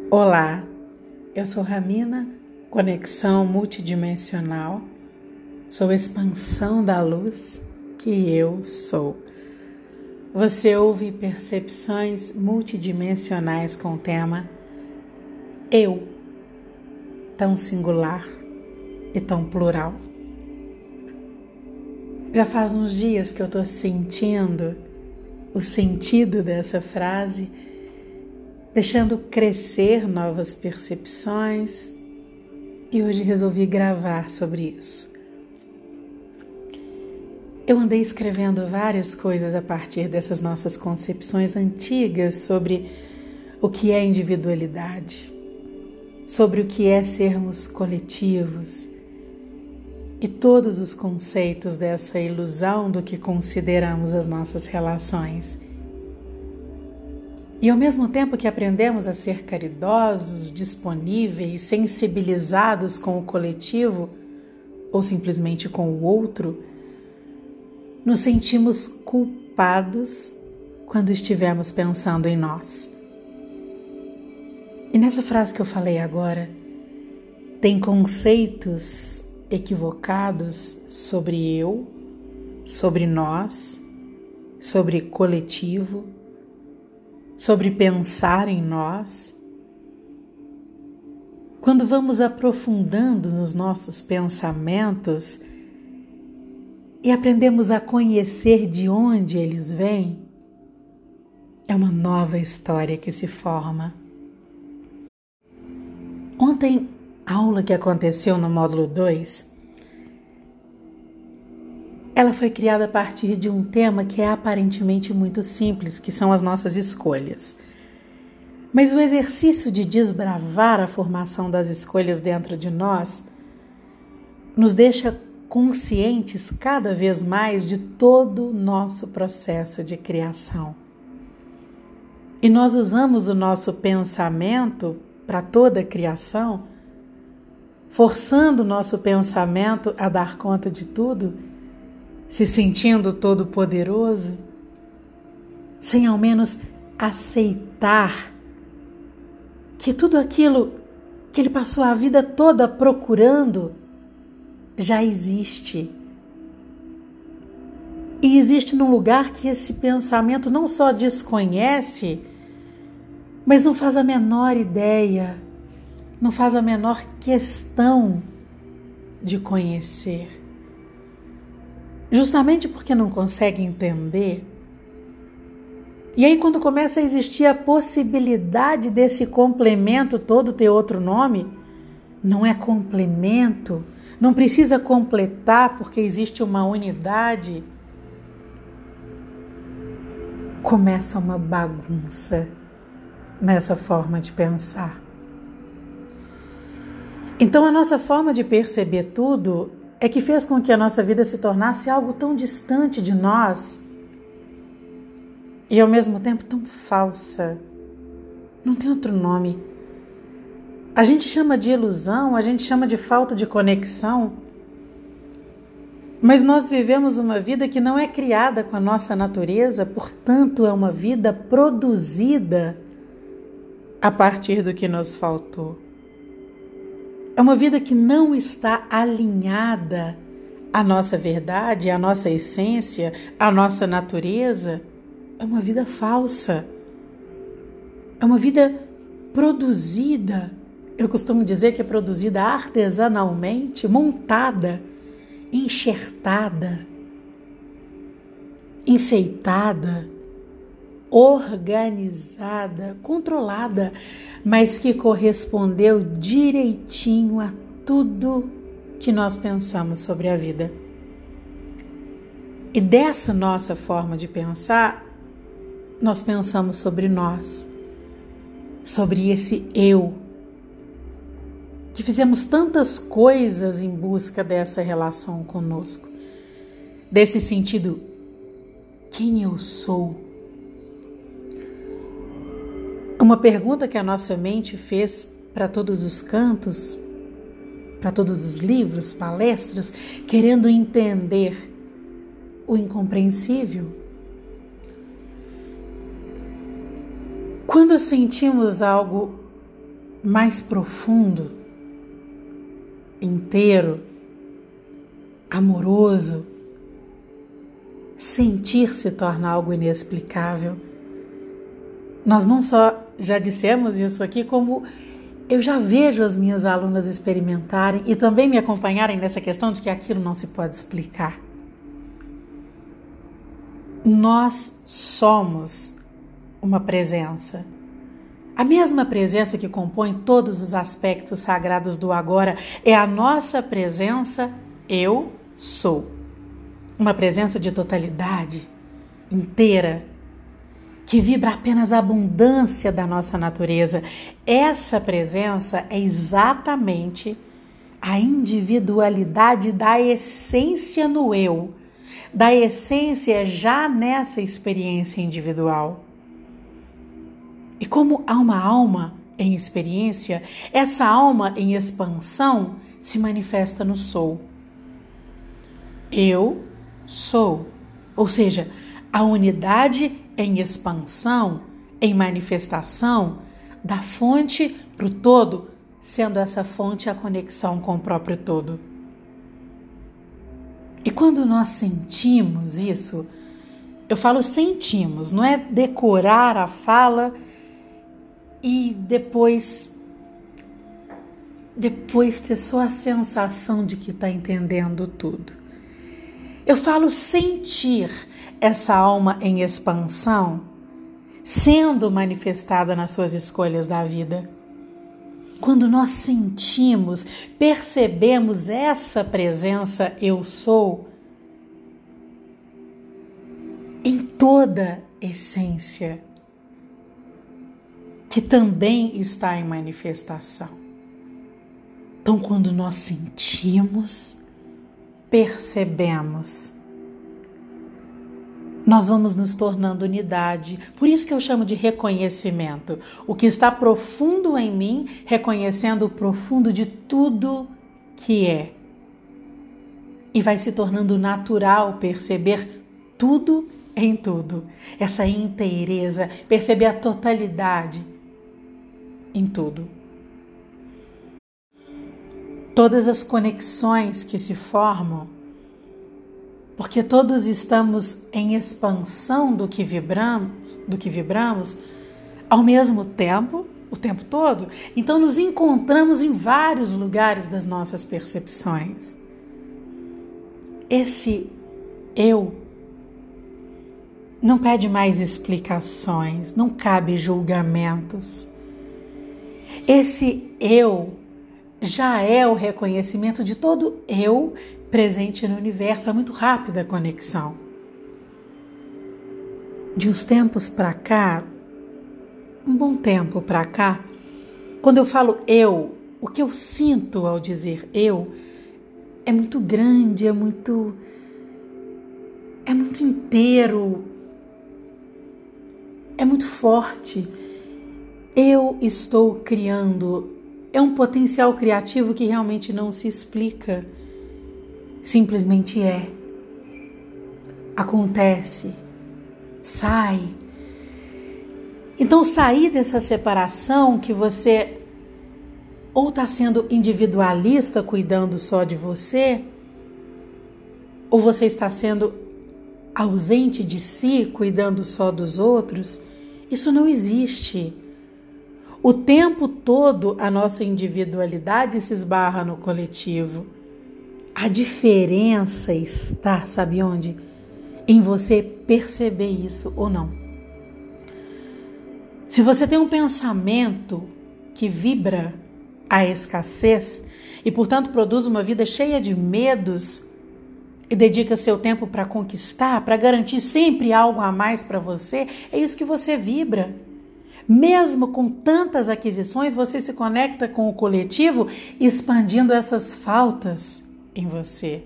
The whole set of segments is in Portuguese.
Olá, eu sou Ramina, conexão multidimensional, sou expansão da luz que eu sou. Você ouve percepções multidimensionais com o tema Eu, tão singular e tão plural. Já faz uns dias que eu estou sentindo o sentido dessa frase, deixando crescer novas percepções, e hoje resolvi gravar sobre isso. Eu andei escrevendo várias coisas a partir dessas nossas concepções antigas sobre o que é individualidade, sobre o que é sermos coletivos e todos os conceitos dessa ilusão do que consideramos as nossas relações. E ao mesmo tempo que aprendemos a ser caridosos, disponíveis, sensibilizados com o coletivo ou simplesmente com o outro, nos sentimos culpados quando estivermos pensando em nós. E nessa frase que eu falei agora, tem conceitos equivocados sobre eu, sobre nós, sobre coletivo, sobre pensar em nós. Quando vamos aprofundando nos nossos pensamentos e aprendemos a conhecer de onde eles vêm, é uma nova história que se forma. Ontem, a aula que aconteceu no módulo 2, ela foi criada a partir de um tema que é aparentemente muito simples, que são as nossas escolhas. Mas o exercício de desbravar a formação das escolhas dentro de nós nos deixa conscientes cada vez mais de todo o nosso processo de criação. E nós usamos o nosso pensamento para toda a criação, forçando o nosso pensamento a dar conta de tudo, se sentindo todo poderoso, sem ao menos aceitar que tudo aquilo que ele passou a vida toda procurando já existe. E existe num lugar que esse pensamento não só desconhece, mas não faz a menor ideia, não faz a menor questão de conhecer. Justamente porque não consegue entender. E aí quando começa a existir a possibilidade desse complemento todo ter outro nome, não é complemento, não precisa completar porque existe uma unidade, começa uma bagunça nessa forma de pensar. Então a nossa forma de perceber tudo é que fez com que a nossa vida se tornasse algo tão distante de nós e ao mesmo tempo tão falsa. Não tem outro nome. A gente chama de ilusão, a gente chama de falta de conexão, mas nós vivemos uma vida que não é criada com a nossa natureza, portanto é uma vida produzida a partir do que nos faltou. É uma vida que não está alinhada à nossa verdade, à nossa essência, à nossa natureza. É uma vida falsa. É uma vida produzida. Eu costumo dizer que é produzida artesanalmente, montada, enxertada, enfeitada, organizada, controlada, mas que correspondeu direitinho a tudo que nós pensamos sobre a vida. E dessa nossa forma de pensar, nós pensamos sobre nós, sobre esse eu, que fizemos tantas coisas em busca dessa relação conosco, desse sentido, quem eu sou? Uma pergunta que a nossa mente fez para todos os cantos, para todos os livros, palestras, querendo entender o incompreensível. Quando sentimos algo mais profundo, inteiro, amoroso, sentir se torna algo inexplicável. Nós não só já dissemos isso aqui, como eu já vejo as minhas alunas experimentarem e também me acompanharem nessa questão de que aquilo não se pode explicar. Nós somos uma presença. A mesma presença que compõe todos os aspectos sagrados do agora é a nossa presença eu sou. Uma presença de totalidade, inteira, que vibra apenas a abundância da nossa natureza. Essa presença é exatamente a individualidade da essência no eu, da essência já nessa experiência individual. E como há uma alma em experiência, essa alma em expansão se manifesta no sou. Eu sou, ou seja, a unidade em expansão, em manifestação, da fonte para o todo, sendo essa fonte a conexão com o próprio todo. E quando nós sentimos isso, eu falo sentimos, não é decorar a fala e depois ter só a sensação de que está entendendo tudo. Eu falo sentir essa alma em expansão sendo manifestada nas suas escolhas da vida. Quando nós sentimos, percebemos essa presença eu sou em toda essência, que também está em manifestação. Então, quando nós sentimos, percebemos, nós vamos nos tornando unidade. Por isso que eu chamo de reconhecimento. O que está profundo em mim, reconhecendo o profundo de tudo que é. E vai se tornando natural perceber tudo em tudo. Essa inteireza, perceber a totalidade em tudo. Todas as conexões que se formam, porque todos estamos em expansão do que vibramos, ao mesmo tempo, o tempo todo. Então nos encontramos em vários lugares das nossas percepções. Esse eu não pede mais explicações, não cabe julgamentos. Esse eu já é o reconhecimento de todo eu presente no universo. É muito rápida a conexão. De uns tempos para cá, um bom tempo para cá, quando eu falo eu, o que eu sinto ao dizer eu é muito grande, é muito inteiro, é muito forte. Eu estou criando. É um potencial criativo que realmente não se explica. Simplesmente é. Acontece. Sai. Então, sair dessa separação que você ou está sendo individualista, cuidando só de você, ou você está sendo ausente de si, cuidando só dos outros, isso não existe. O tempo todo a nossa individualidade se esbarra no coletivo. A diferença está, sabe onde? Em você perceber isso ou não. Se você tem um pensamento que vibra a escassez e, portanto, produz uma vida cheia de medos e dedica seu tempo para conquistar, para garantir sempre algo a mais para você, é isso que você vibra. Mesmo com tantas aquisições, você se conecta com o coletivo, expandindo essas faltas em você.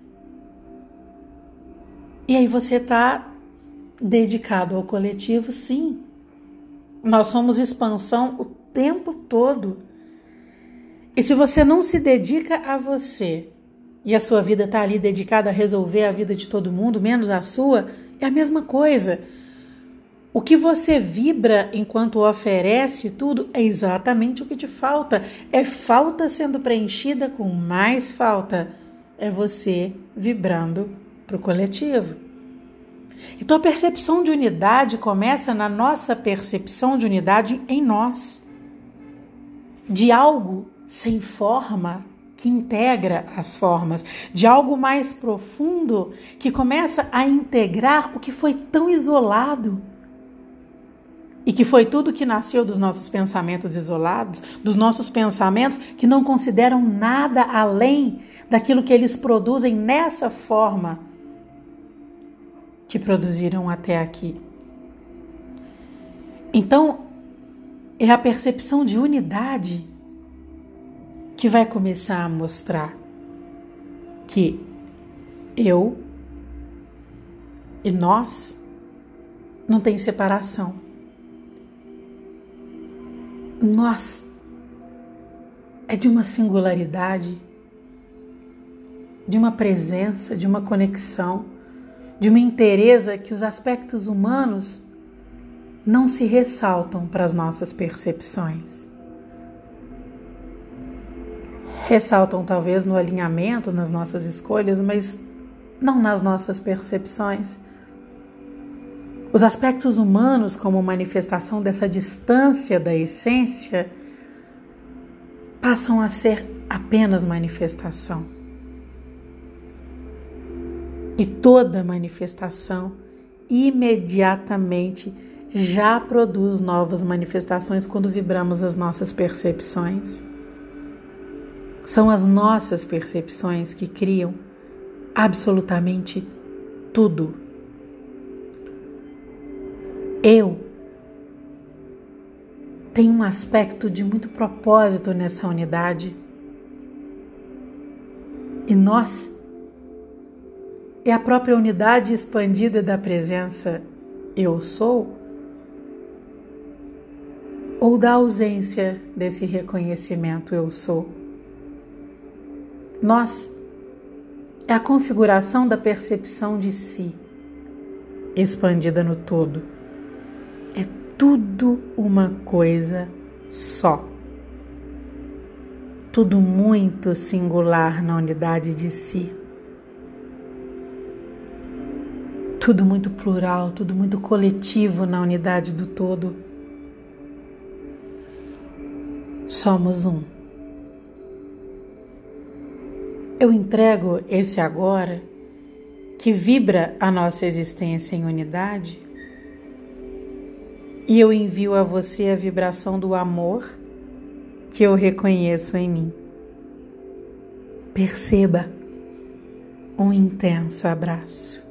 E aí você está dedicado ao coletivo, sim. Nós somos expansão o tempo todo. E se você não se dedica a você, e a sua vida está ali dedicada a resolver a vida de todo mundo, menos a sua, é a mesma coisa. O que você vibra enquanto oferece tudo é exatamente o que te falta. É falta sendo preenchida com mais falta. É você vibrando para o coletivo. Então a percepção de unidade começa na nossa percepção de unidade em nós. De algo sem forma que integra as formas. De algo mais profundo que começa a integrar o que foi tão isolado. E que foi tudo que nasceu dos nossos pensamentos isolados, dos nossos pensamentos que não consideram nada além daquilo que eles produzem nessa forma que produziram até aqui. Então, é a percepção de unidade que vai começar a mostrar que eu e nós não tem separação. Nós é de uma singularidade, de uma presença, de uma conexão, de uma inteireza que os aspectos humanos não se ressaltam para as nossas percepções. Ressaltam talvez no alinhamento, nas nossas escolhas, mas não nas nossas percepções. Os aspectos humanos, como manifestação dessa distância da essência, passam a ser apenas manifestação. E toda manifestação imediatamente já produz novas manifestações quando vibramos as nossas percepções. São as nossas percepções que criam absolutamente tudo. Eu tenho um aspecto de muito propósito nessa unidade. E nós é a própria unidade expandida da presença eu sou, ou da ausência desse reconhecimento eu sou. Nós é a configuração da percepção de si, expandida no todo. É tudo uma coisa só. Tudo muito singular na unidade de si. Tudo muito plural, tudo muito coletivo na unidade do todo. Somos um. Eu entrego esse agora que vibra a nossa existência em unidade e eu envio a você a vibração do amor que eu reconheço em mim. Perceba um intenso abraço.